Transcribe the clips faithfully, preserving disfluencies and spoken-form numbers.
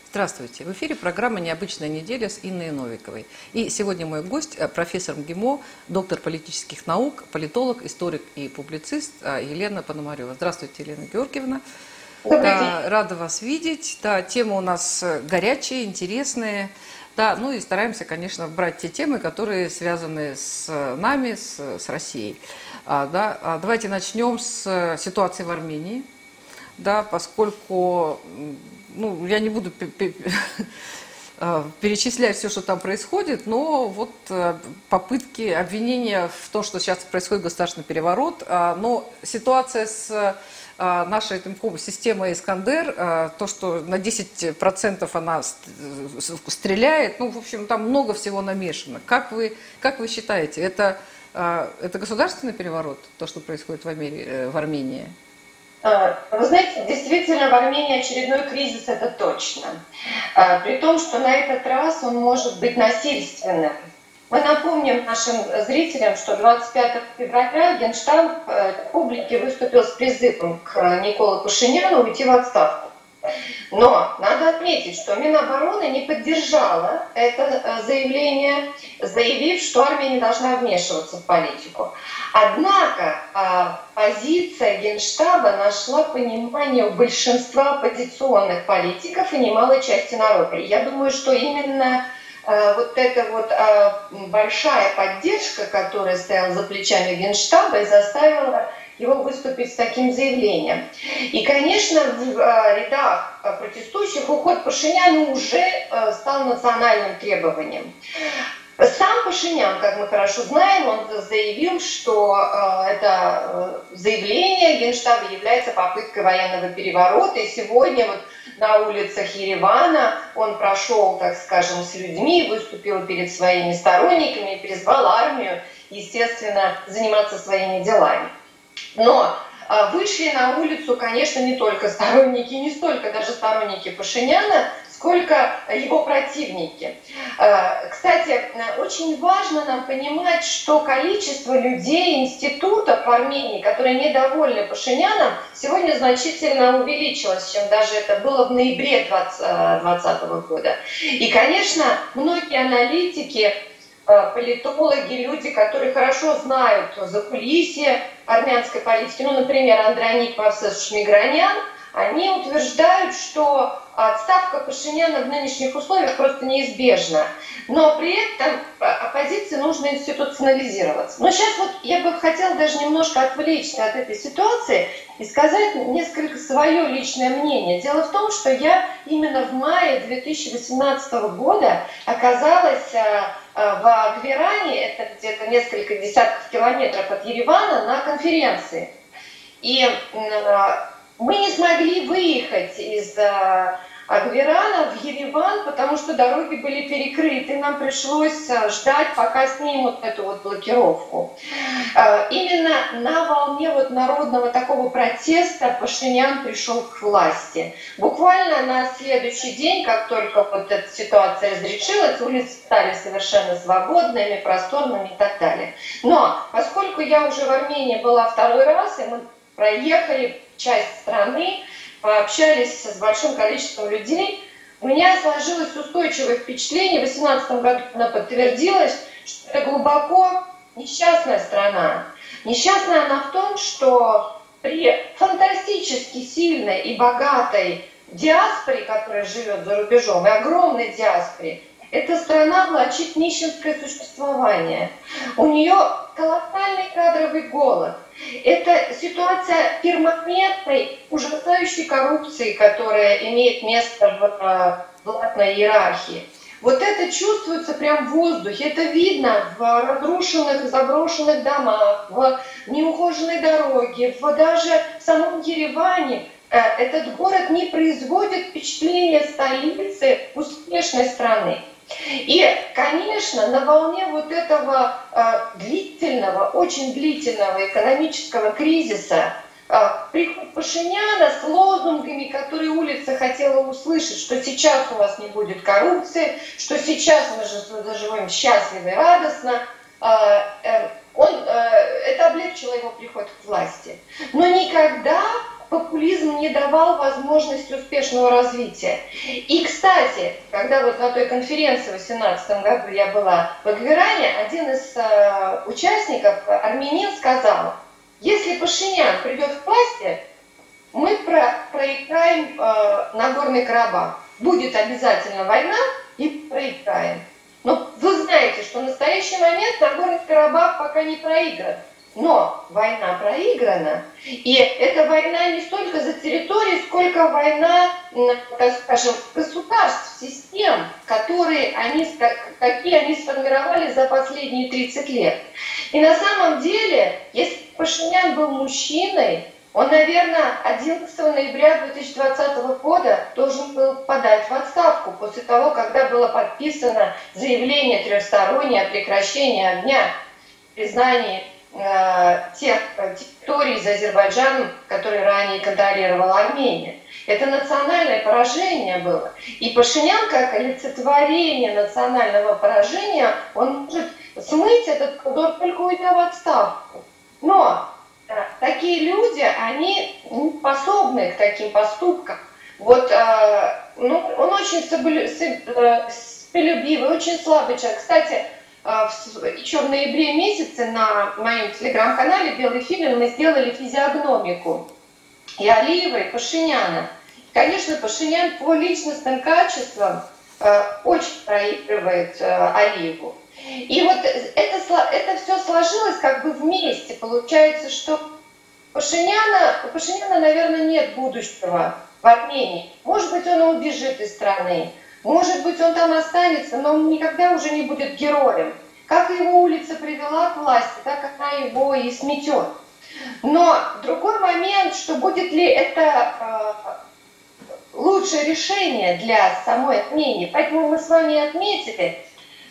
Здравствуйте. В эфире программа «Необычная неделя» с Инной Новиковой. И сегодня мой гость, профессор МГИМО, доктор политических наук, политолог, историк и публицист Елена Пономарева. Здравствуйте, Елена Георгиевна. Да, рада вас видеть. Да, темы у нас горячие, интересные. Да, ну и стараемся, конечно, брать те темы, которые связаны с нами, с, с Россией. А, да, а давайте начнем с ситуации в Армении. Да, поскольку, ну, я не буду перечислять все, что там происходит, но вот попытки обвинения в том, что сейчас происходит государственный переворот, но ситуация с нашей системой Искандер, то, что на десять процентов она стреляет, ну, в общем, там много всего намешано. Как вы, как вы считаете, это, это государственный переворот, то, что происходит в, Амери... в Армении? Вы знаете, действительно, в Армении очередной кризис, это точно. При том, что на этот раз он может быть насильственным. Мы напомним нашим зрителям, что двадцать пятого февраля Генштаб публики выступил с призывом к Николе Пашиняну уйти в отставку. Но надо отметить, что Минобороны не поддержала это заявление, заявив, что армия не должна вмешиваться в политику. Однако позиция Генштаба нашла понимание у большинства оппозиционных политиков и немалой части народа. И я думаю, что именно вот эта вот большая поддержка, которая стояла за плечами Генштаба, и заставила его выступить с таким заявлением. И, конечно, в рядах протестующих уход Пашиняна уже стал национальным требованием. Сам Пашинян, как мы хорошо знаем, он заявил, что это заявление Генштаба является попыткой военного переворота. И сегодня вот на улицах Еревана он прошел, так скажем, с людьми, выступил перед своими сторонниками и призвал армию, естественно, заниматься своими делами. Но вышли на улицу, конечно, не только сторонники, не столько даже сторонники Пашиняна, сколько его противники. Кстати, очень важно нам понимать, что количество людей, институтов в Армении, которые недовольны Пашиняном, сегодня значительно увеличилось, чем даже это было в ноябре две тысячи двадцатого года. И, конечно, многие аналитики, политологи, люди, которые хорошо знают закулисье армянской политики, ну, например, Андроник Мавсес-Шмигранян, они утверждают, что отставка Пашиняна в нынешних условиях просто неизбежна. Но при этом оппозиции нужно институционализироваться. Но сейчас вот я бы хотела даже немножко отвлечься от этой ситуации и сказать несколько свое личное мнение. Дело в том, что я именно в мае две тысячи восемнадцатого года оказалась в Агверане, это где-то несколько десятков километров от Еревана, на конференции. И мы не смогли выехать из Агверана в Ереван, потому что дороги были перекрыты. Нам пришлось ждать, пока снимут эту вот блокировку. Именно на волне вот народного такого протеста Пашинян пришел к власти. Буквально на следующий день, как только вот эта ситуация разрешилась, улицы стали совершенно свободными, просторными и так далее. Но поскольку я уже в Армении была второй раз, и мы проехали часть страны, пообщались с большим количеством людей, у меня сложилось устойчивое впечатление, в две тысячи восемнадцатом году она подтвердилась, что это глубоко несчастная страна. Несчастная она в том, что при фантастически сильной и богатой диаспоре, которая живет за рубежом, и огромной диаспоре, эта страна влачит нищенское существование. У нее колоссальный кадровый голод. Это ситуация перманентной, ужасающей коррупции, которая имеет место в властной иерархии. Вот это чувствуется прямо в воздухе, это видно в разрушенных, заброшенных домах, в неухоженной дороге, в даже в самом Ереване. Этот город не производит впечатления столицы успешной страны. И, конечно, на волне вот этого э, длительного, очень длительного экономического кризиса э, приход Пашиняна с лозунгами, которые улица хотела услышать, что сейчас у вас не будет коррупции, что сейчас мы же заживем счастливо и радостно, э, э, он, э, это облегчило его приход к власти. Но никогда популизм не давал возможности успешного развития. И, кстати, когда вот на той конференции в две тысячи восемнадцатом году я была в Эреване, один из э, участников, армянин, сказал: если Пашинян придет к власти, мы про проиграем э, Нагорный Карабах. Будет обязательно война и проиграем. Но вы знаете, что в настоящий момент Нагорный Карабах пока не проигран. Но война проиграна, и эта война не столько за территорию, сколько война, так скажем, государств, систем, которые они, какие они сформировали за последние тридцать лет. И на самом деле, если Пашинян был мужчиной, он, наверное, одиннадцатого ноября две тысячи двадцатого года должен был подать в отставку после того, когда было подписано заявление трехстороннее о прекращении огня, признании тех территорий за Азербайджаном, которые ранее контролировала Армения. Это национальное поражение было. И Пашинян, как олицетворение национального поражения, он может смыть этот позор, только уйдя в отставку. Но такие люди, они способны к таким поступкам. Вот, ну, он очень себелюбивый, очень слабый человек. Кстати, еще в ноябре месяце на моем телеграм-канале «Белый филин» мы сделали физиогномику и Алиева, и Пашиняна. Конечно, Пашинян по личностным качествам э, очень проигрывает э, Алиеву. И вот это, это все сложилось как бы вместе. Получается, что Пашиняна, у Пашиняна, наверное, нет будущего в Армении. Может быть, он убежит из страны. Может быть, он там останется, но он никогда уже не будет героем. Как его улица привела к власти, так она его и сметет. Но другой момент, что будет ли это э, лучшее решение для самой Армении. Поэтому мы с вами отметили,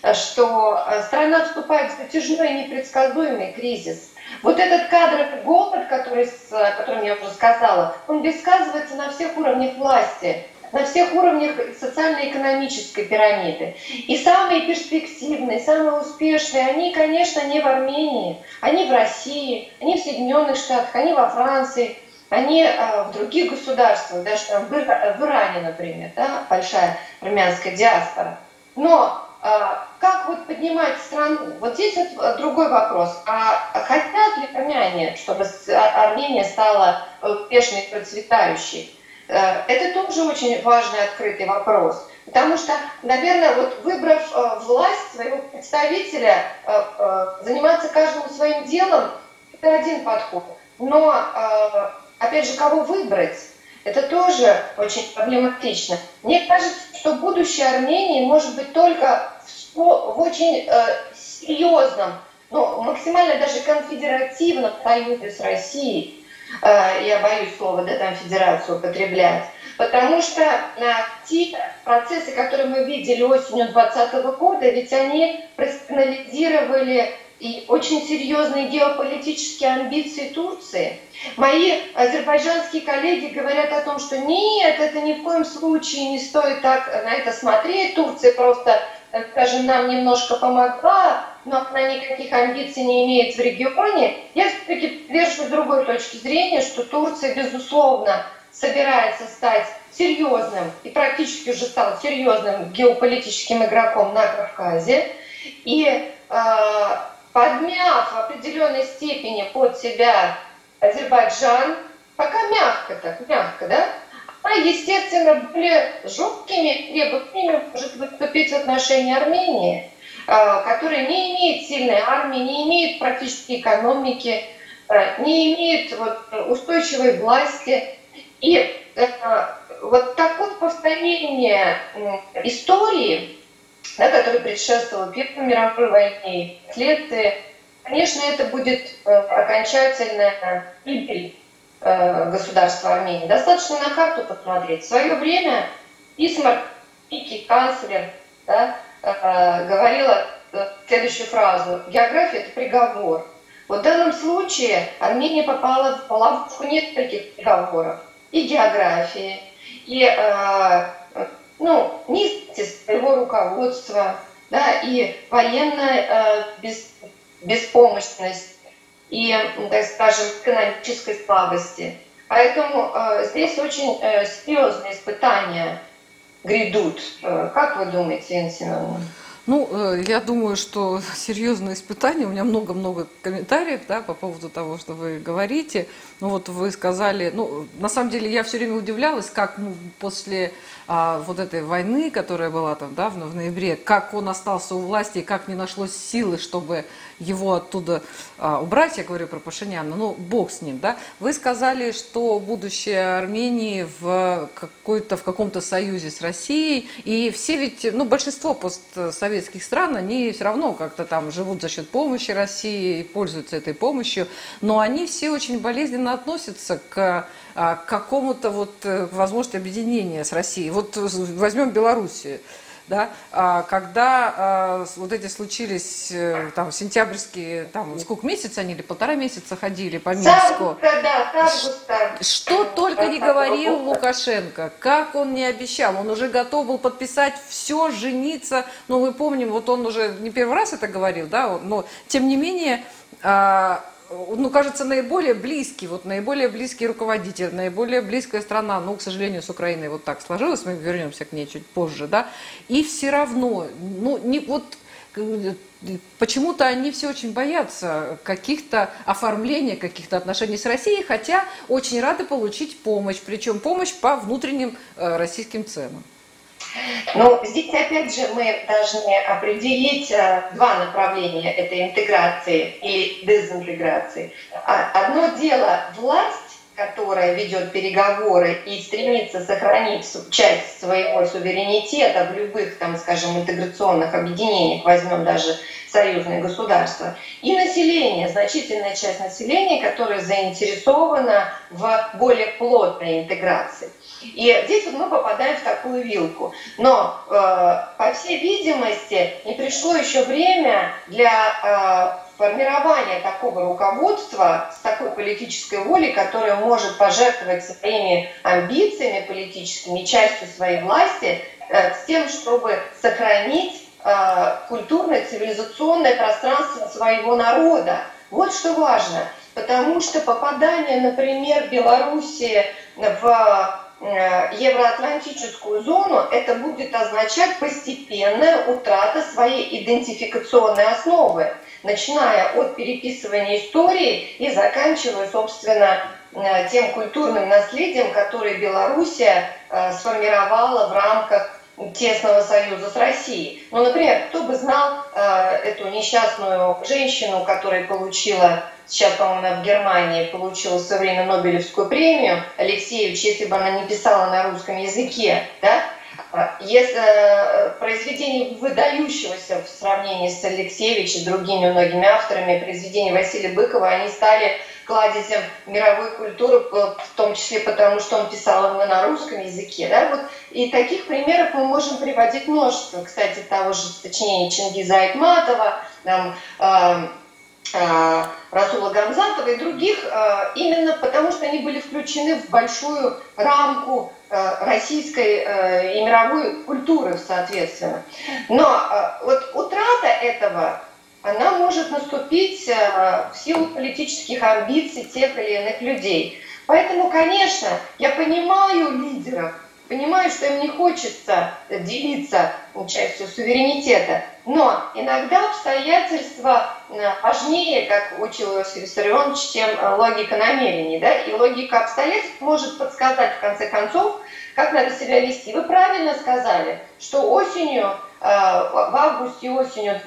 что страна вступает в затяжной и непредсказуемый кризис. Вот этот кадровый голод, который, о котором я уже сказала, он высказывается на всех уровнях власти, на всех уровнях социально-экономической пирамиды. И самые перспективные, самые успешные, они, конечно, не в Армении, они в России, они в Соединенных Штатах, они во Франции, они а, в других государствах, даже там в, в Иране, например, да, большая армянская диаспора. Но а, как вот поднимать страну? Вот здесь вот другой вопрос. А хотят ли армяне, чтобы Армения стала успешной и процветающей? Это тоже очень важный открытый вопрос. Потому что, наверное, вот выбрав э, власть своего представителя, э, э, заниматься каждым своим делом, это один подход. Но, э, опять же, кого выбрать, это тоже очень проблематично. Мне кажется, что будущее Армении может быть только в, в очень э, серьезном, ну, максимально даже конфедеративном союзе с Россией. Я боюсь слова, да, там, федерацию употреблять, потому что те процессы, которые мы видели осенью двадцатого года, ведь они профессионализировали и очень серьезные геополитические амбиции Турции. Мои азербайджанские коллеги говорят о том, что нет, это ни в коем случае не стоит так на это смотреть. Турция просто, скажем, нам немножко помогла, но она никаких амбиций не имеет в регионе. Я все-таки придерживаюсь другой точки зрения, что Турция, безусловно, собирается стать серьезным и практически уже стал серьезным геополитическим игроком на Кавказе. И э, подмяв в определенной степени под себя Азербайджан, пока мягко так, мягко, да, она, естественно, более жесткими требованиями может выступить в отношении Армении, которая не имеет сильной армии, не имеет практически экономики, не имеет вот, устойчивой власти. И вот такое повторение истории, да, которая предшествовала Первой мировой войне, и следствие, конечно, это будет окончательная гибель государства Армении. Достаточно на карту посмотреть. В свое время Бисмарк, великий канцлер, да, говорила следующую фразу: география – это приговор. Вот в данном случае Армения попала в ловушку нескольких приговоров. И географии, и э, ну, низкость своего руководства, да, и военная э, бес, беспомощность, и, так скажем, экономической слабости. Поэтому э, здесь очень э, серьезные испытания грядут. Э, как вы думаете, Инна Семеновна? Ну, э, я думаю, что серьезные испытания. У меня много-много комментариев, да, по поводу того, что вы говорите. Ну, вот вы сказали, ну, на самом деле я все время удивлялась, как ну, после а, вот этой войны, которая была там, да, в, в ноябре, как он остался у власти и как не нашлось силы, чтобы его оттуда а, убрать. Я говорю про Пашиняна, ну, бог с ним, да. Вы сказали, что будущее Армении в какой-то, в каком-то союзе с Россией, и все ведь, ну, большинство постсоветских стран, они все равно как-то там живут за счет помощи России и пользуются этой помощью, но они все очень болезненно относятся к, к какому-то вот возможности объединения с Россией. Вот возьмем Белоруссию. Да, когда вот эти случились там сентябрьские, там сколько месяцев они или полтора месяца ходили по Минску, да, августа. Что только не говорил Лукашенко, как он не обещал, он уже готов был подписать все, жениться, но мы помним, вот он уже не первый раз это говорил, да, но тем не менее, ну, кажется, наиболее близкий, вот наиболее близкий руководитель, наиболее близкая страна, ну, к сожалению, с Украиной вот так сложилось, мы вернемся к ней чуть позже, да, и все равно, ну, не, вот почему-то они все очень боятся каких-то оформления, каких-то отношений с Россией, хотя очень рады получить помощь, причем помощь по внутренним э, российским ценам. Ну, здесь опять же мы должны определить два направления этой интеграции или дезинтеграции. Одно дело власть, которая ведет переговоры и стремится сохранить часть своего суверенитета в любых, там, скажем, интеграционных объединениях, возьмем даже союзные государства, и население, значительная часть населения, которая заинтересована в более плотной интеграции. И здесь вот мы попадаем в такую вилку. Но, э, по всей видимости, не пришло еще время для э, формирования такого руководства с такой политической волей, которая может пожертвовать своими амбициями политическими, частью своей власти, э, с тем, чтобы сохранить э, культурное, цивилизационное пространство своего народа. Вот что важно. Потому что попадание, например, Белоруссии в евроатлантическую зону, это будет означать постепенная утрата своей идентификационной основы, начиная от переписывания истории и заканчивая, собственно, тем культурным наследием, которое Белоруссия сформировала в рамках тесного союза с Россией. Ну, например, кто бы знал эту несчастную женщину, которая получила, сейчас, по-моему, она в Германии получила в свое время Нобелевскую премию, Алексеевич, если бы она не писала на русском языке, да? Если произведение выдающегося в сравнении с Алексеевичем и другими многими авторами, произведения Василия Быкова, они стали кладезем мировой культуры, в том числе потому, что он писал его на русском языке. Да? Вот. И таких примеров мы можем приводить множество. Кстати, того же сочинения Чингиза Айтматова, там, э, э, Расула Гамзатова и других, э, именно потому, что они были включены в большую рамку э, российской э, и мировой культуры, соответственно. Но э, вот утрата этого, она может наступить в силу политических амбиций тех или иных людей. Поэтому, конечно, я понимаю лидеров, понимаю, что им не хочется делиться частью суверенитета, но иногда обстоятельства важнее, как учил Иосиф Виссарионович, чем логика намерений. Да? И логика обстоятельств может подсказать, в конце концов, как надо себя вести. Вы правильно сказали, что осенью, в августе и осенью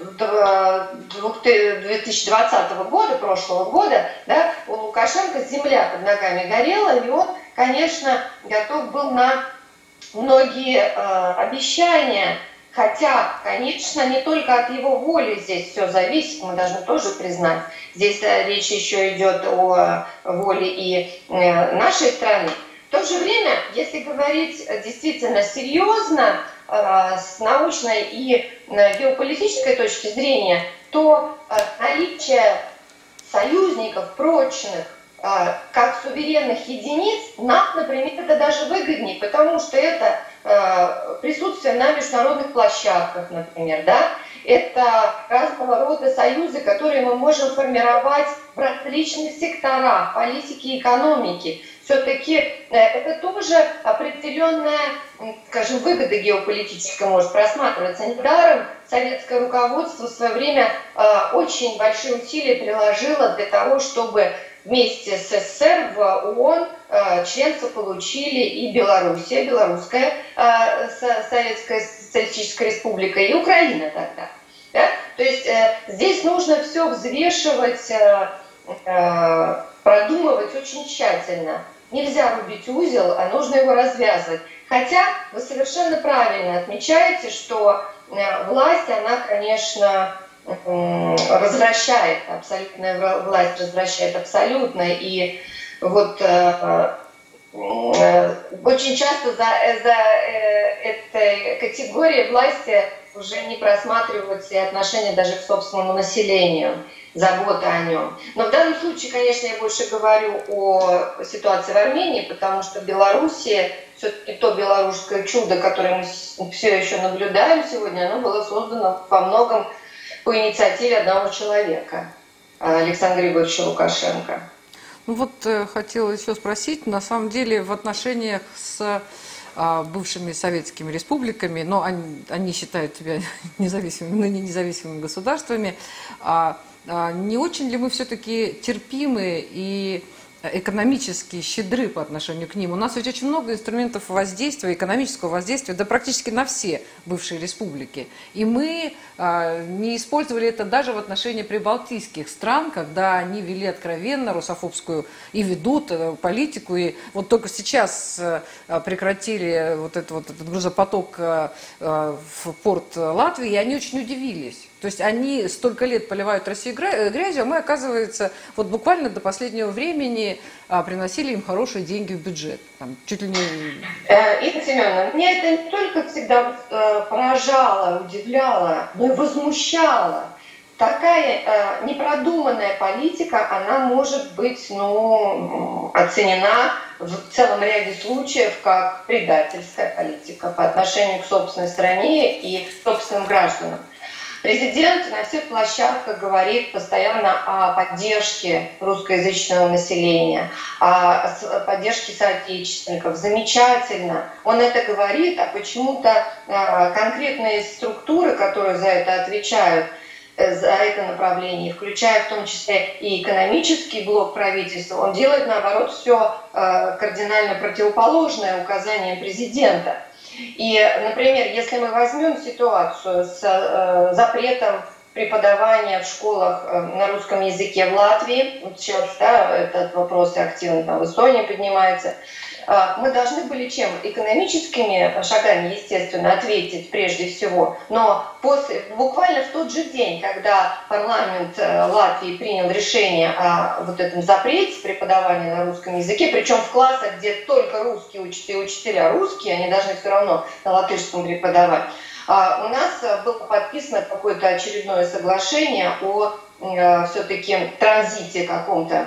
две тысячи двадцатого года, прошлого года, да, у Лукашенко земля под ногами горела, и он, конечно, готов был на многие э, обещания, хотя, конечно, не только от его воли здесь все зависит, мы должны тоже признать. Здесь э, речь еще идет о воле и э, нашей страны. В то же время, если говорить действительно серьезно, э, с научной и э, геополитической точки зрения, то э, наличие союзников прочных, как суверенных единиц, нам, например, это даже выгоднее, потому что это э, присутствие на международных площадках, например, да, это разного рода союзы, которые мы можем формировать в различных секторах политики и экономики. все-таки это тоже определенная, скажем, выгода геополитическая может просматриваться. Недаром советское руководство в свое время очень большие усилия приложило для того, чтобы вместе с СССР в ООН членство получили и Белоруссия, Белорусская Советская Социалистическая Республика, и Украина тогда. Да? То есть э, здесь нужно все взвешивать, э, э, продумывать очень тщательно. Нельзя рубить узел, а нужно его развязывать. Хотя вы совершенно правильно отмечаете, что э, власть, она, конечно, э, развращает, абсолютная власть развращает абсолютно. И вот э, э, очень часто за, за э, этой категорией власти уже не просматриваются и отношения даже к собственному населению, забота о нем. Но в данном случае, конечно, я больше говорю о ситуации в Армении, потому что в Белоруссии все-таки то белорусское чудо, которое мы все еще наблюдаем сегодня, оно было создано во многом по инициативе одного человека, Александра Григорьевича Лукашенко. Ну вот э, хотела еще спросить, на самом деле в отношениях с бывшими советскими республиками, но они, они считают себя независимыми, ныне независимыми государствами. А, а не очень ли мы все-таки терпимы и экономически щедры по отношению к ним? У нас ведь очень много инструментов воздействия, экономического воздействия, да практически на все бывшие республики. И мы а, не использовали это даже в отношении прибалтийских стран, когда они вели откровенно русофобскую и ведут а, политику. И вот только сейчас а, прекратили вот, это, вот этот грузопоток а, а, в порт Латвии, и они очень удивились. То есть они столько лет поливают Россию грязью, а мы, оказывается, вот буквально до последнего времени а, приносили им хорошие деньги в бюджет. Там, чуть ли не... Ирина Семеновна, меня это не только всегда э, поражало, удивляло, но и возмущало. Такая э, непродуманная политика, она может быть ну, оценена в целом ряде случаев как предательская политика по отношению к собственной стране и собственным гражданам. Президент на всех площадках говорит постоянно о поддержке русскоязычного населения, о поддержке соотечественников. Замечательно. Он это говорит, а почему-то конкретные структуры, которые за это отвечают, за это направление, включая в том числе и экономический блок правительства, он делает, наоборот, все кардинально противоположное указаниям президента. И, например, если мы возьмем ситуацию с э, запретом преподавания в школах э, на русском языке в Латвии, вот сейчас да, этот вопрос активно там, в Эстонии поднимается, э, мы должны были чем? Экономическими шагами, естественно, ответить прежде всего, но после, буквально в тот же день, когда парламент э, Латвии принял решение о вот этом запрете преподавания на русском языке, причем в классах, где только русские учителя, учителя русские, они должны все равно на латышском преподавать, а у нас было подписано какое-то очередное соглашение о э, все-таки транзите каком-то.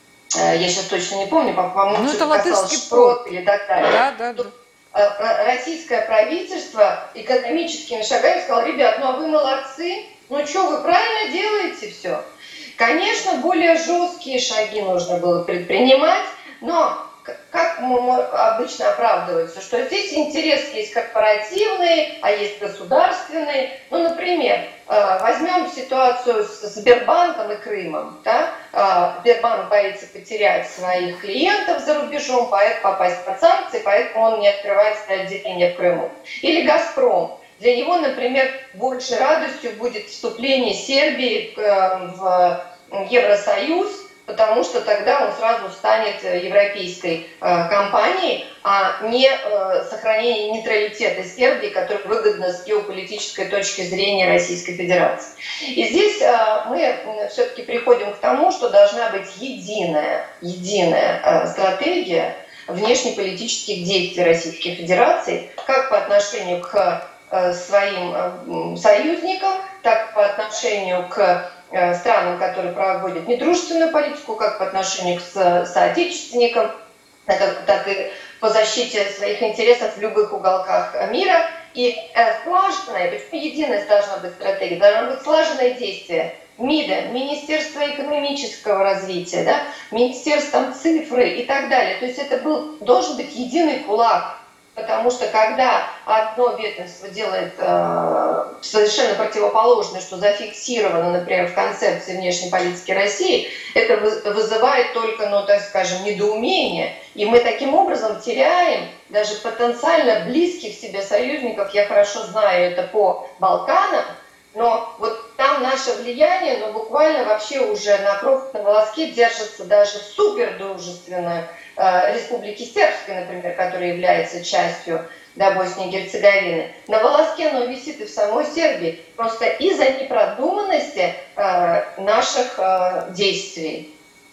Э, я сейчас точно не помню, по-моему, ну, что касалось шпрот или так далее. Да, да, да. Э, российское правительство экономическими шагами сказало: ребят, ну а вы молодцы, ну что, вы правильно делаете все. Конечно, более жесткие шаги нужно было предпринимать, но как обычно оправдывается, что здесь интерес есть корпоративный, а есть государственный. Ну, например, возьмем ситуацию с Сбербанком и Крымом. Да? Сбербанк боится потерять своих клиентов за рубежом, поэтому попасть под санкции, поэтому он не открывает свои отделения в Крыму. Или Газпром. Для него, например, большей радостью будет вступление Сербии в Евросоюз, потому что тогда он сразу станет европейской э, компанией, а не э, сохранение нейтралитета Сербии, которое выгодно с геополитической точки зрения Российской Федерации. И здесь э, мы все-таки приходим к тому, что должна быть единая, единая э, стратегия внешнеполитических действий Российской Федерации, как по отношению к э, своим э, союзникам, так и по отношению к странам, которые проводят недружественную политику, как по отношению к соотечественникам, так и по защите своих интересов в любых уголках мира. И слаженная, почему единая должна быть стратегия, должна быть слаженное действие МИДа, Министерство экономического развития, да, Министерством цифры и так далее. То есть это был, должен быть единый кулак. Потому что когда одно ведомство делает э, совершенно противоположное, что зафиксировано, например, в концепции внешней политики России, это вызывает только, ну, так скажем, недоумение. И мы таким образом теряем даже потенциально близких себе союзников. Я хорошо знаю это по Балканам, но вот там наше влияние, ну, буквально вообще уже на крохотном волоске держится даже супердружественная э, Республики Сербской, например, которая является частью, да, Боснии и Герцеговины. На волоске оно висит и в самой Сербии, просто из-за непродуманности э, наших э, действий.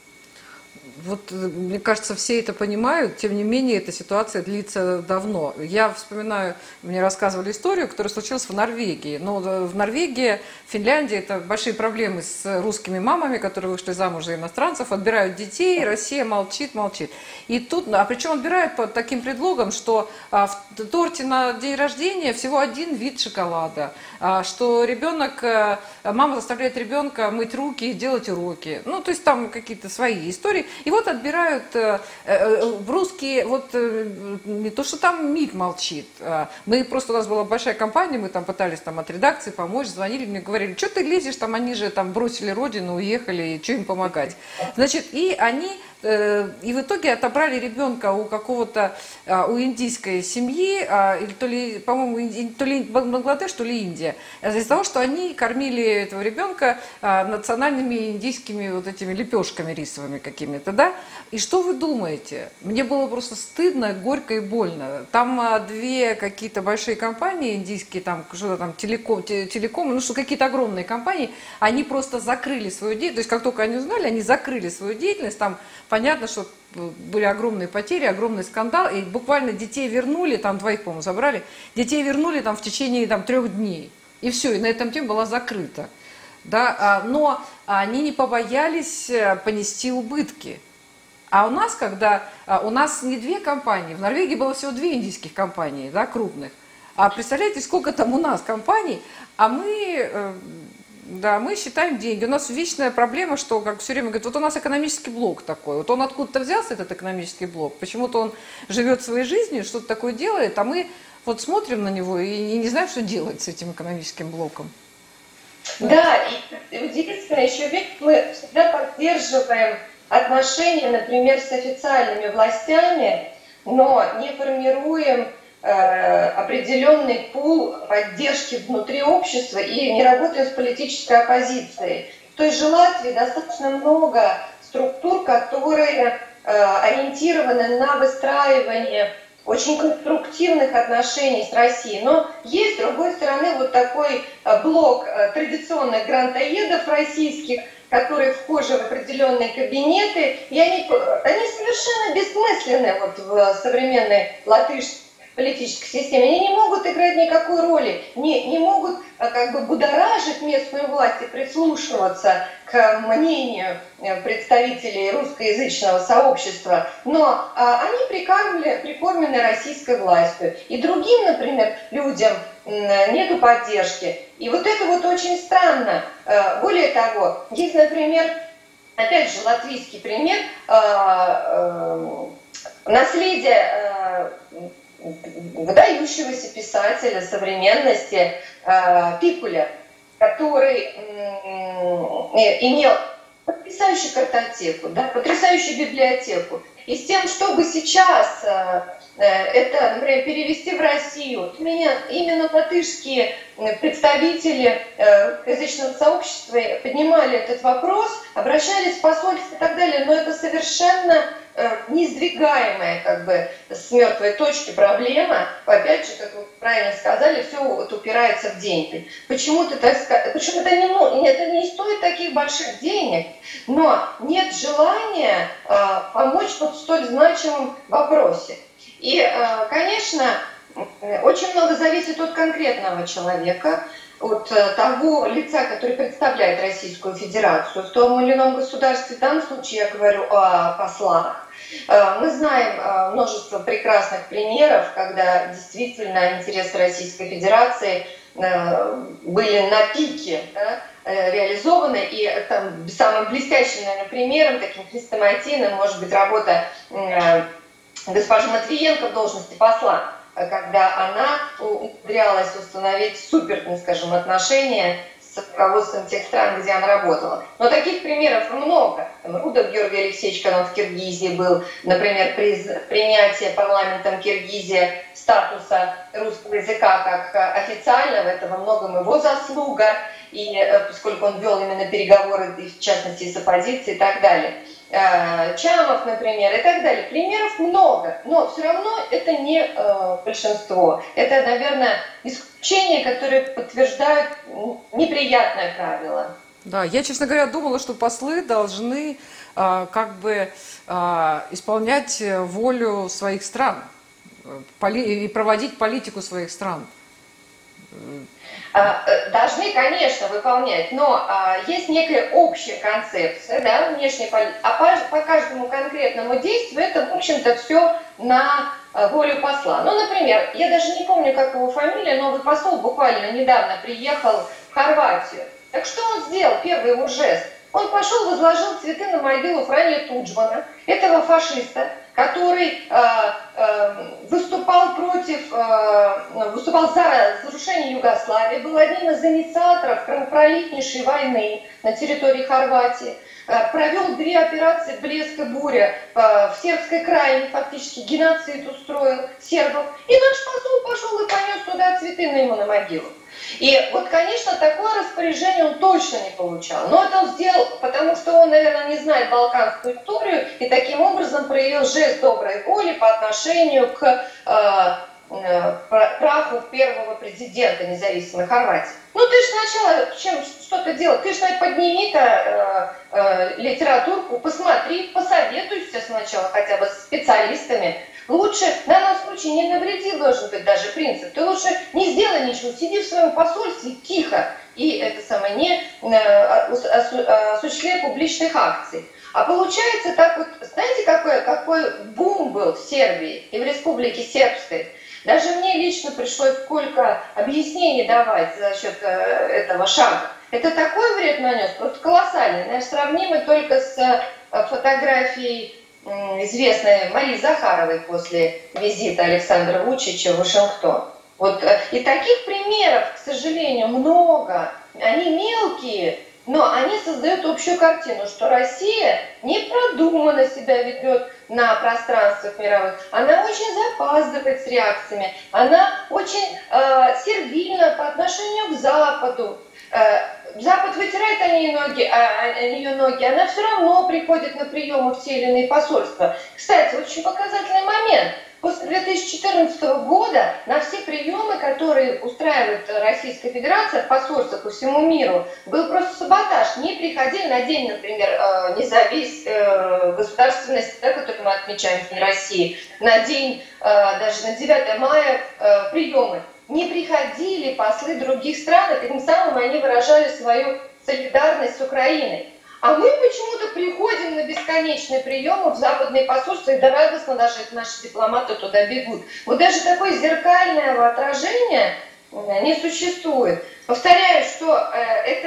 Вот, мне кажется, все это понимают, тем не менее, эта ситуация длится давно. Я вспоминаю, мне рассказывали историю, которая случилась в Норвегии. Но в Норвегии, Финляндии это большие проблемы с русскими мамами, которые вышли замуж за иностранцев, отбирают детей, Россия молчит, молчит. И тут, а причем отбирают под таким предлогом, что в торте на день рождения всего один вид шоколада, что ребенок, мама заставляет ребенка мыть руки и делать уроки. Ну, то есть там какие-то свои истории. И вот отбирают э, э, в русские, вот э, не то, что там МИД молчит. Э, мы просто, у нас была большая компания, мы там пытались там от редакции помочь, звонили, мне говорили, что ты лезешь, там они же там бросили родину, уехали, и что им помогать. Значит, и они, э, и в итоге отобрали ребенка у какого-то, э, у индийской семьи, э, или то ли, по-моему, то ли Бангладеш, то ли Индия, из-за того, что они кормили этого ребенка э, национальными индийскими вот этими лепешками рисовыми какими-то. Да? И что вы думаете? Мне было просто стыдно, горько и больно. Там а, две какие-то большие компании индийские, там что-то там телеком, телеком, ну что какие-то огромные компании, они просто закрыли свою деятельность. То есть как только они узнали, они закрыли свою деятельность. Там понятно, что были огромные потери, огромный скандал, и буквально детей вернули, там двоих, по-моему, забрали, детей вернули там в течение там трех дней. И все, и на этом тема была закрыта. Да, но они не побоялись понести убытки. А у нас, когда у нас не две компании, в Норвегии было всего две индийских компании, да, крупных. А представляете, сколько там у нас компаний, а мы, да, мы считаем деньги. У нас вечная проблема, что, как все время говорят, вот у нас экономический блок такой. Вот он откуда-то взялся, этот экономический блок. Почему-то он живет своей жизнью, что-то такое делает, а мы вот смотрим на него и не знаем, что делать с этим экономическим блоком. Да, и удивительно еще ведь мы всегда поддерживаем отношения, например, с официальными властями, но не формируем э, определенный пул поддержки внутри общества и не работаем с политической оппозицией. В той же Латвии достаточно много структур, которые э, ориентированы на выстраивание очень конструктивных отношений с Россией. Но есть, с другой стороны, вот такой блок традиционных грантоедов российских, которые вхожи в определенные кабинеты, и они, они совершенно бессмысленны вот в современной латышской политической системе. Они не могут играть никакой роли, не, не могут как бы будоражить местную власть и прислушиваться к мнению представителей русскоязычного сообщества, но а, они прикормлены, прикормлены российской властью. И другим, например, людям нету поддержки. И вот это вот очень странно. Более того, есть, например, опять же, латвийский пример, наследие выдающегося писателя современности э, Пикуля, который э, имел потрясающую картотеку, да, потрясающую библиотеку. И с тем, чтобы сейчас э, это, например, перевести в Россию, именно, именно латышские представители э, русскоязычного сообщества поднимали этот вопрос, обращались в посольство и так далее, но это совершенно неиздвигаемая как бы с мертвой точки проблема, опять же, как вы правильно сказали, все вот упирается в деньги. Почему-то так сказать, почему это не, ну, это не стоит таких больших денег, но нет желания э, помочь вот в столь значимом вопросе. И, э, конечно, очень много зависит от конкретного человека, от того лица, который представляет Российскую Федерацию в том или ином государстве. В данном случае я говорю о послах. Мы знаем множество прекрасных примеров, когда действительно интересы Российской Федерации были на пике, да, реализованы. И там самым блестящим, наверное, примером, таким хрестоматийным, может быть, работа госпожи Матвиенко в должности посла, когда она умудрялась установить супер, скажем, отношения с руководством тех стран, где она работала. Но таких примеров много. Рудов Георгий Алексеевич, когда он в Киргизии был, например, принятие парламентом Киргизии статуса русского языка как официального, это во многом его заслуга, и поскольку он вел именно переговоры, в частности, с оппозицией и так далее. Чамов, например, и так далее. Примеров много, но все равно это не э, большинство. Это, наверное, исключения, которые подтверждают неприятное правило. Да, я, честно говоря, думала, что послы должны э, как бы э, исполнять волю своих стран поли- и проводить политику своих стран. Должны, конечно, выполнять, но а, есть некая общая концепция, да, внешней политики, а по, по каждому конкретному действию это, в общем-то, все на а, волю посла. Ну, например, я даже не помню, как его фамилия, новый посол буквально недавно приехал в Хорватию. Так что он сделал, первый его жест? Он пошел, возложил цветы на могилу Франья Туджмана, этого фашиста, который э, э, выступал против, э, выступал за разрушение Югославии, был одним из инициаторов кровопролитнейшей войны на территории Хорватии, э, провел две операции «Блеск» и «Буря» э, в сербской крайне, фактически геноцид устроил сербов. И наш посол пошел и понес туда цветы на ему на могилу. И вот, конечно, такое распоряжение он точно не получал. Но это он сделал, потому что он, наверное, не знает балканскую историю и таким образом проявил жест доброй воли по отношению к э, э, праху первого президента независимой Хорватии. Ну ты же сначала чем что-то делал, ты же подними-то э, э, литературку, посмотри, посоветуйся сначала хотя бы с специалистами. Лучше, в данном случае, не навреди, должен быть даже принцип. Ты лучше не сделай ничего, сиди в своем посольстве тихо и это самое, не осуществляй публичных акций. А получается так вот, знаете, какой, какой бум был в Сербии и в Республике Сербской? Даже мне лично пришлось сколько объяснений давать за счет э, этого шага. Это такой вред нанес, просто колоссальный. Наверное, сравнимый только с э, фотографией известной Марии Захаровой после визита Александра Вучича в Вашингтон. Вот, и таких примеров, к сожалению, много. Они мелкие, но они создают общую картину, что Россия непродуманно себя ведет на пространствах мировых. Она очень запаздывает с реакциями. Она очень э, сервильна по отношению к Западу. Запад вытирает о ней ноги, а о нее ноги, она все равно приходит на приемы в те или иные посольства. Кстати, очень показательный момент. После две тысячи четырнадцатого года на все приемы, которые устраивает Российская Федерация в посольствах по всему миру, был просто саботаж. Не приходили на день, например, независимости, государственности, да, который мы отмечаем в День России, на день, даже на девятое мая приемы. Не приходили послы других стран, и тем самым они выражали свою солидарность с Украиной. А мы почему-то приходим на бесконечные приемы в западные посольства, и да радостно даже наши дипломаты туда бегут. Вот даже такое зеркальное отражение не существует. Повторяю, что э,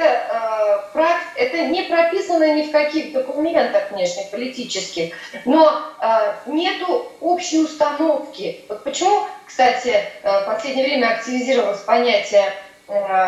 это, э, это не прописано ни в каких документах внешнеполитических, но э, нету общей установки. Вот почему, кстати, э, в последнее время активизировалось понятие э,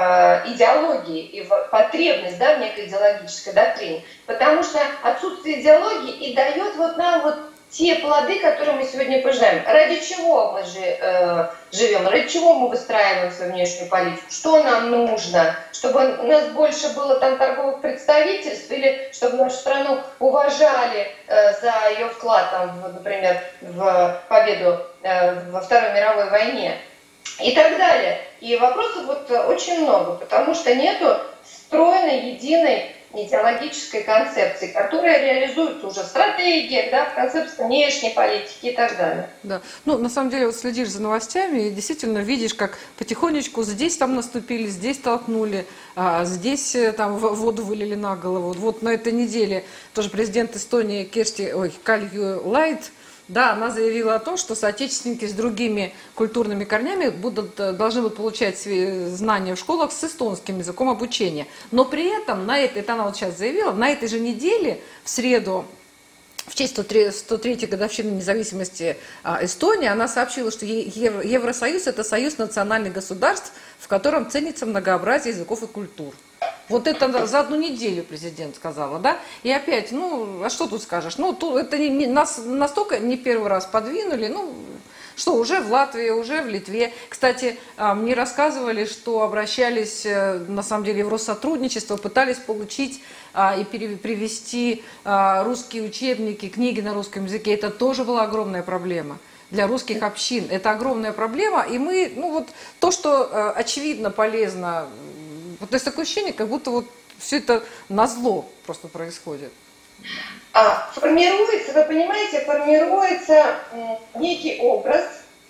идеологии и потребность, да, в некой идеологической доктрине, потому что отсутствие идеологии и дает вот нам вот те плоды, которые мы сегодня пожинаем. Ради чего мы же, э, живем, ради чего мы выстраиваем свою внешнюю политику, что нам нужно, чтобы у нас больше было там торговых представительств или чтобы нашу страну уважали э, за ее вклад, там, например, в победу э, во Второй мировой войне и так далее. И вопросов вот очень много, потому что нету стройной, единой идеологической концепции, которая реализуется уже в стратегиях, да, в концепции внешней политики и так далее. Да. Ну, на самом деле, вот следишь за новостями и действительно видишь, как потихонечку здесь там наступили, здесь толкнули, а здесь там воду вылили на голову. Вот на этой неделе тоже президент Эстонии Керсти, ой, Кальюлайд Да, она заявила о том, что соотечественники с другими культурными корнями будут, должны будут получать знания в школах с эстонским языком обучения. Но при этом, на этой, это она вот сейчас заявила, на этой же неделе, в среду, в честь сто третьей годовщины независимости Эстонии, она сообщила, что Евросоюз – это союз национальных государств, в котором ценится многообразие языков и культур. Вот это за одну неделю президент сказала, да? И опять, ну, а что тут скажешь? Ну, тут это не, не, нас настолько не первый раз подвинули, ну, что уже в Латвии, уже в Литве. Кстати, мне рассказывали, что обращались, на самом деле, в Россотрудничество, пытались получить и привести русские учебники, книги на русском языке. Это тоже была огромная проблема для русских общин. Это огромная проблема, и мы, ну вот, то, что очевидно полезно, вот, то есть такое ощущение, как будто вот все это назло просто происходит. А, формируется, вы понимаете, формируется некий образ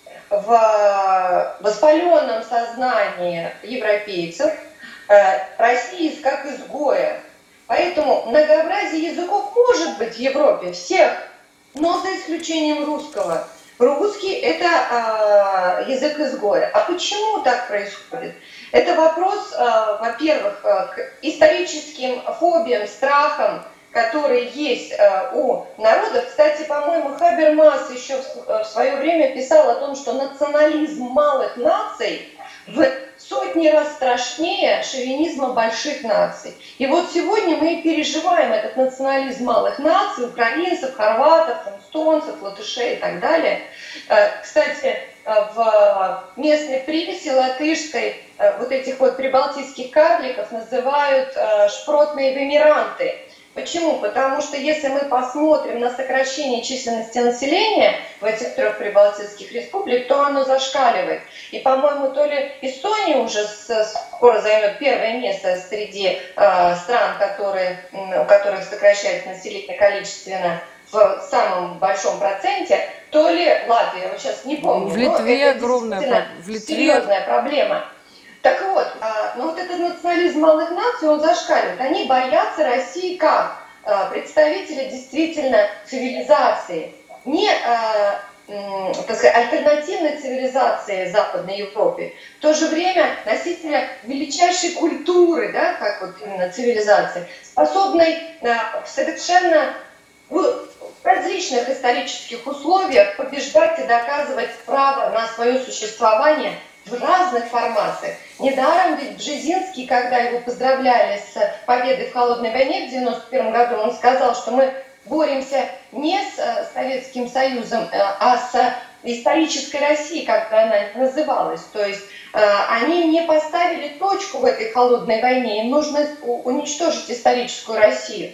в воспаленном сознании европейцев России как изгоя. Поэтому многообразие языков может быть в Европе всех, но за исключением русского. Русский – это э, язык изгоя. А почему так происходит? Это вопрос, э, во-первых, к историческим фобиям, страхам, которые есть э, у народа. Кстати, по-моему, Хабермас еще в, в свое время писал о том, что национализм малых наций в сотни раз страшнее шовинизма больших наций. И вот сегодня мы переживаем этот национализм малых наций, украинцев, хорватов, эстонцев, латышей и так далее. Кстати, в местной привязи латышской вот этих вот прибалтийских карликов называют шпротные вымиранты. Почему? Потому что если мы посмотрим на сокращение численности населения в этих трех прибалтийских республиках, то оно зашкаливает. И, по-моему, то ли Эстония уже скоро займет первое место среди э, стран, которые, у которых сокращается население количественно в самом большом проценте, то ли Латвия, я сейчас не помню. В Литве огромная, в Литве серьезная проблема. Так вот, ну вот этот национализм малых наций, он зашкаливает. Они боятся России как представителя действительно цивилизации, не так сказать, альтернативной цивилизации Западной Европе, в то же время носителя величайшей культуры, да, как вот именно цивилизации, способной совершенно в различных исторических условиях побеждать и доказывать право на свое существование в разных формациях. Недаром ведь Бжезинский, когда его поздравляли с победой в холодной войне в девяносто первом году, он сказал, что мы боремся не с Советским Союзом, а с исторической Россией, как она называлась. То есть они не поставили точку в этой холодной войне, им нужно уничтожить историческую Россию.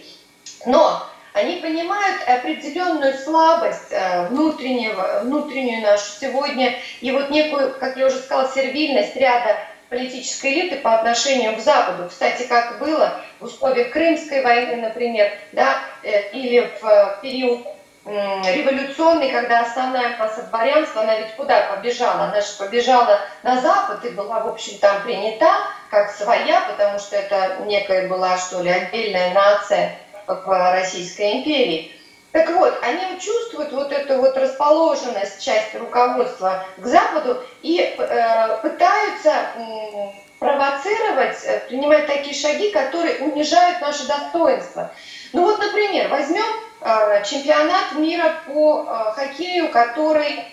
Но они понимают определенную слабость внутреннего, внутреннюю нашу сегодня, и вот некую, как я уже сказала, сервильность ряда политической элиты по отношению к Западу. Кстати, как было в условиях Крымской войны, например, да, или в период революционный, когда основная масса дворянства, она ведь куда побежала? Она же побежала на Запад и была, в общем, там принята как своя, потому что это некая была, что ли, отдельная нация в Российской империи. Так вот, они чувствуют вот эту вот расположенность части руководства к Западу и э, пытаются э, провоцировать, э, принимать такие шаги, которые унижают наше достоинство. Ну вот, например, возьмем э, чемпионат мира по э, хоккею, который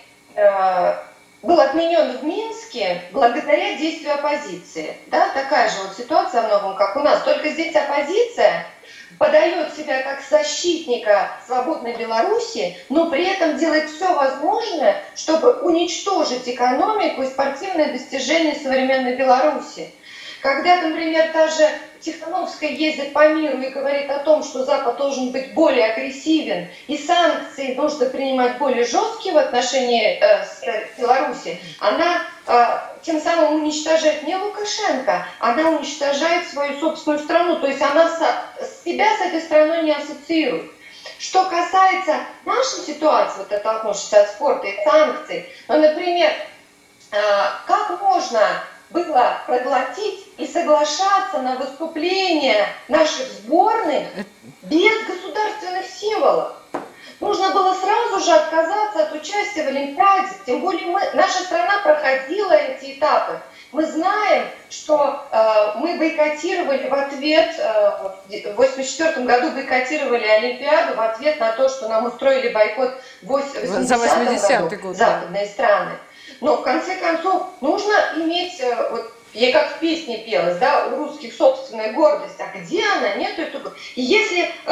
э, был отменен в Минске благодаря действию оппозиции. Да, такая же вот ситуация во многом, как у нас. Только здесь оппозиция подает себя как защитника свободной Беларуси, но при этом делает все возможное, чтобы уничтожить экономику и спортивные достижения современной Беларуси. Когда, например, та же Тихановская ездит по миру и говорит о том, что Запад должен быть более агрессивен и санкции нужно принимать более жесткие в отношении э, с Беларуси, она э, тем самым уничтожает не Лукашенко, она уничтожает свою собственную страну, то есть она со, себя с этой страной не ассоциирует. Что касается нашей ситуации, вот оттолкнувшись от спорта и санкций, ну, например, э, как можно было проглотить и соглашаться на выступления наших сборных без государственных символов. Нужно было сразу же отказаться от участия в Олимпиаде. Тем более мы, наша страна проходила эти этапы. Мы знаем, что э, мы бойкотировали в ответ, э, в восемьдесят четвёртом году бойкотировали Олимпиаду в ответ на то, что нам устроили бойкот в восьмидесятом году год, западные да. страны. Но в конце концов нужно иметь, э, вот, я как в песне пелась, да, у русских собственная гордость. А где она? Нету этого. И если э,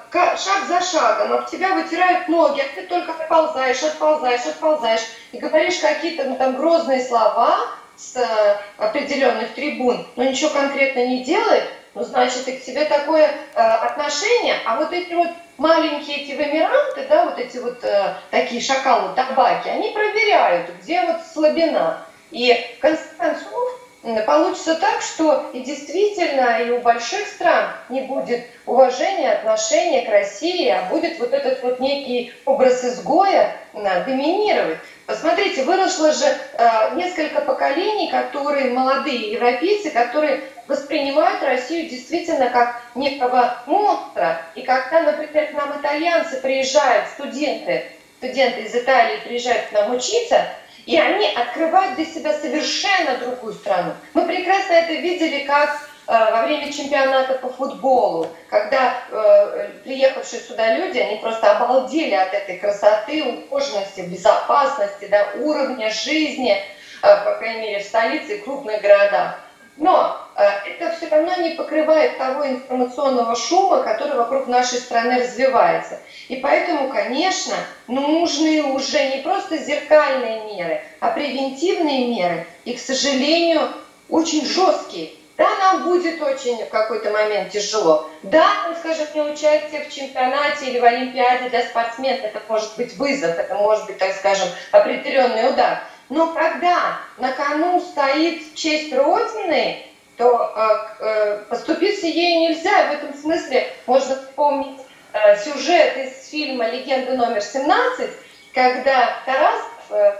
шаг за шагом об тебя вытирают ноги, а ты только отползаешь, отползаешь, отползаешь, и говоришь какие-то ну, там грозные слова с э, определенных трибун, но ничего конкретно не делает, ну, значит, и к тебе такое э, отношение. А вот эти вот маленькие эти вымиранты, да, вот эти вот э, такие шакалы, табаки, они проверяют, где вот слабина. И в конце концов получится так, что и действительно и у больших стран не будет уважения, отношения к России, а будет вот этот вот некий образ изгоя доминировать. Посмотрите, выросло же э, несколько поколений, которые, молодые европейцы, которые воспринимают Россию действительно как некого монстра. И когда, например, к нам итальянцы приезжают, студенты, студенты из Италии приезжают к нам учиться, и они открывают для себя совершенно другую страну. Мы прекрасно это видели, как э, во время чемпионата по футболу, когда э, приехавшие сюда люди, они просто обалдели от этой красоты, ухоженности, безопасности, да, уровня жизни, э, по крайней мере, в столице и крупных городах. Но э, это все равно не покрывает того информационного шума, который вокруг нашей страны развивается. И поэтому, конечно, нужны уже не просто зеркальные меры, а превентивные меры. И, к сожалению, очень жесткие. Да, нам будет очень в какой-то момент тяжело. Да, ну, скажем, не участие в чемпионате или в Олимпиаде для спортсменов, это может быть вызов, это может быть, так скажем, определенный удар. Но когда на кону стоит честь Родины, то э, э, поступиться ею нельзя. В этом смысле можно вспомнить э, сюжет из фильма «Легенда номер семнадцать», когда Тарас э,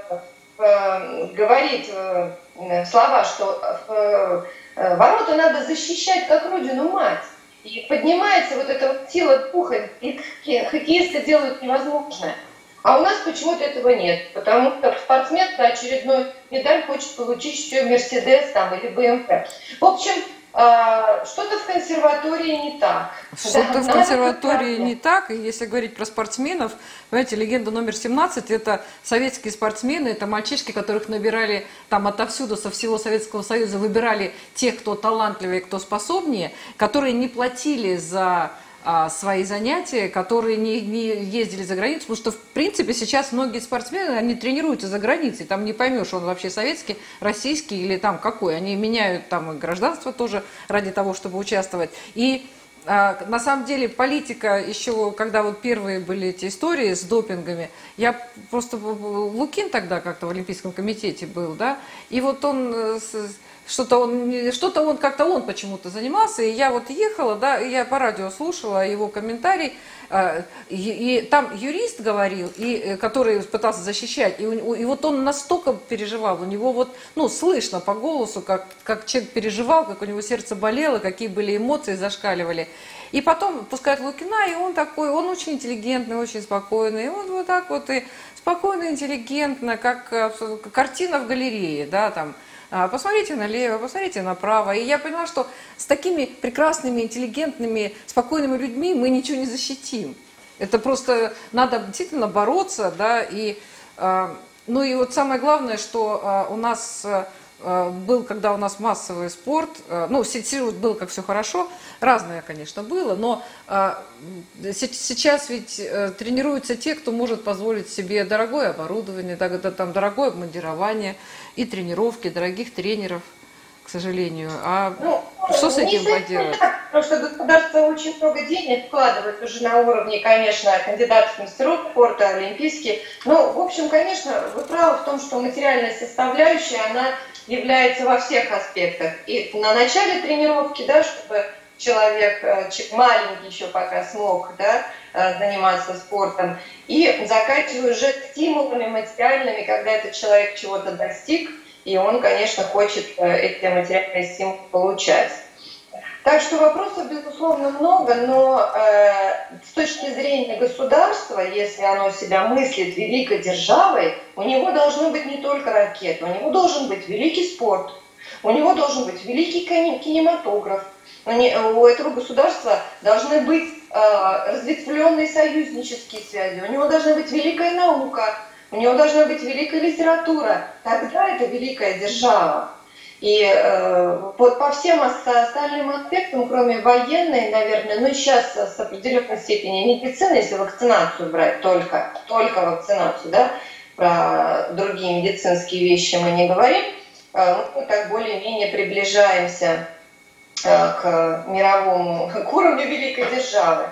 э, говорит э, слова, что э, э, ворота надо защищать как родину-мать. И поднимается вот эта вот сила духа, и хоккеисты делают невозможное. А у нас почему-то этого нет, потому что спортсмен на очередную медаль хочет получить еще Мерседес там, или бэ эм вэ. В общем, э, что-то в консерватории не так. Что-то Да, в консерватории не так. И если говорить про спортсменов, понимаете, легенда номер семнадцать – это советские спортсмены, это мальчишки, которых набирали там отовсюду, со всего Советского Союза, выбирали тех, кто талантливее, кто способнее, которые не платили за свои занятия, которые не, не ездили за границу, потому что, в принципе, сейчас многие спортсмены, они тренируются за границей, там не поймешь, он вообще советский, российский или там какой, они меняют там и гражданство тоже ради того, чтобы участвовать. И а, на самом деле политика еще, когда вот первые были эти истории с допингами, я просто, Лукин тогда как-то в Олимпийском комитете был, да, и вот он... Что-то он, что-то он, как-то он почему-то занимался, и я вот ехала, да, и я по радио слушала его комментарий, и, и там юрист говорил, и, который пытался защищать, и, и вот он настолько переживал, у него вот, ну, слышно по голосу, как, как человек переживал, как у него сердце болело, какие были эмоции зашкаливали. И потом пускают Лукина, и он такой, он очень интеллигентный, очень спокойный, и он вот так вот и спокойно, интеллигентно, как картина в галерее, да, там. Посмотрите налево, посмотрите направо. И я поняла, что с такими прекрасными, интеллигентными, спокойными людьми мы ничего не защитим. Это просто надо действительно бороться, да. И, ну и вот самое главное, что у нас был, когда у нас массовый спорт, ну, был как все хорошо, разное, конечно, было, но сейчас ведь тренируются те, кто может позволить себе дорогое оборудование, там, дорогое обмундирование и тренировки, дорогих тренеров, к сожалению. А ну, что с этим поделать? Так, потому что государство очень много денег вкладывает уже на уровне, конечно, кандидатов в мастеров спорта, олимпийских. Но, в общем, конечно, вы правы в том, что материальная составляющая, она является во всех аспектах. И на начале тренировки, да, чтобы человек маленький еще пока смог, да, заниматься спортом, и заканчивая уже стимулами материальными, когда этот человек чего-то достиг, и он, конечно, хочет эти материальные стимулы получать. Так что вопросов, безусловно, много, но э, с точки зрения государства, если оно себя мыслит великой державой, у него должны быть не только ракеты, у него должен быть великий спорт, у него должен быть великий кинематограф, у этого государства должны быть э, разветвленные союзнические связи, у него должна быть великая наука, у него должна быть великая литература. Тогда это великая держава. И э, вот по всем остальным аспектам, кроме военной, наверное, ну сейчас с определенной степени медицины, если вакцинацию брать, только, только вакцинацию, да, про другие медицинские вещи мы не говорим, э, мы так более-менее приближаемся э, к мировому, к уровню великой державы.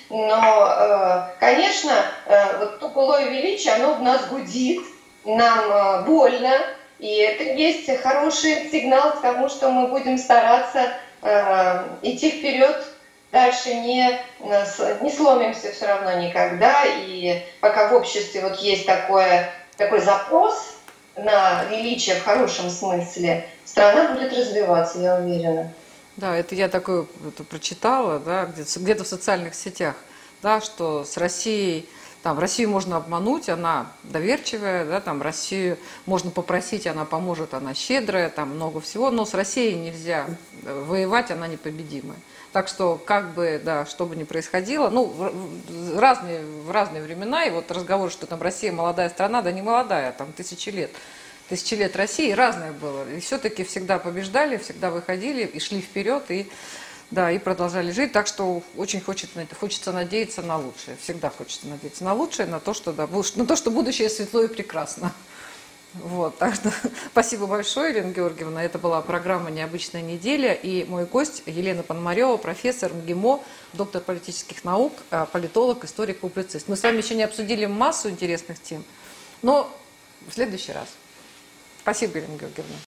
Но, конечно, вот то былое величие, оно в нас гудит, нам больно, и это есть хороший сигнал к тому, что мы будем стараться идти вперед, дальше не, не сломимся все равно никогда, и пока в обществе вот есть такое, такой запрос на величие в хорошем смысле, страна будет развиваться, я уверена. Да, это я такое это прочитала, да, где-то, где-то в социальных сетях, да, что с Россией, там, Россию можно обмануть, она доверчивая, да, там, Россию можно попросить, она поможет, она щедрая, там много всего, но с Россией нельзя воевать, она непобедимая. Так что, как бы, да, что бы ни происходило, ну, в разные, в разные времена, и вот разговор, что там Россия молодая страна, да не молодая, там тысячи лет. Тысячи лет России разное было. И все-таки всегда побеждали, всегда выходили и шли вперед, и, да, и продолжали жить. Так что очень хочет, хочется надеяться на лучшее. Всегда хочется надеяться на лучшее, на то, что, да, на то, что будущее светло и прекрасно. Вот, так что спасибо большое, Елена Георгиевна. Это была программа «Необычная неделя». И мой гость Елена Пономарева, профессор МГИМО, доктор политических наук, политолог, историк, публицист. Мы с вами еще не обсудили массу интересных тем, но в следующий раз. Спасибо, Елена Георгиевна.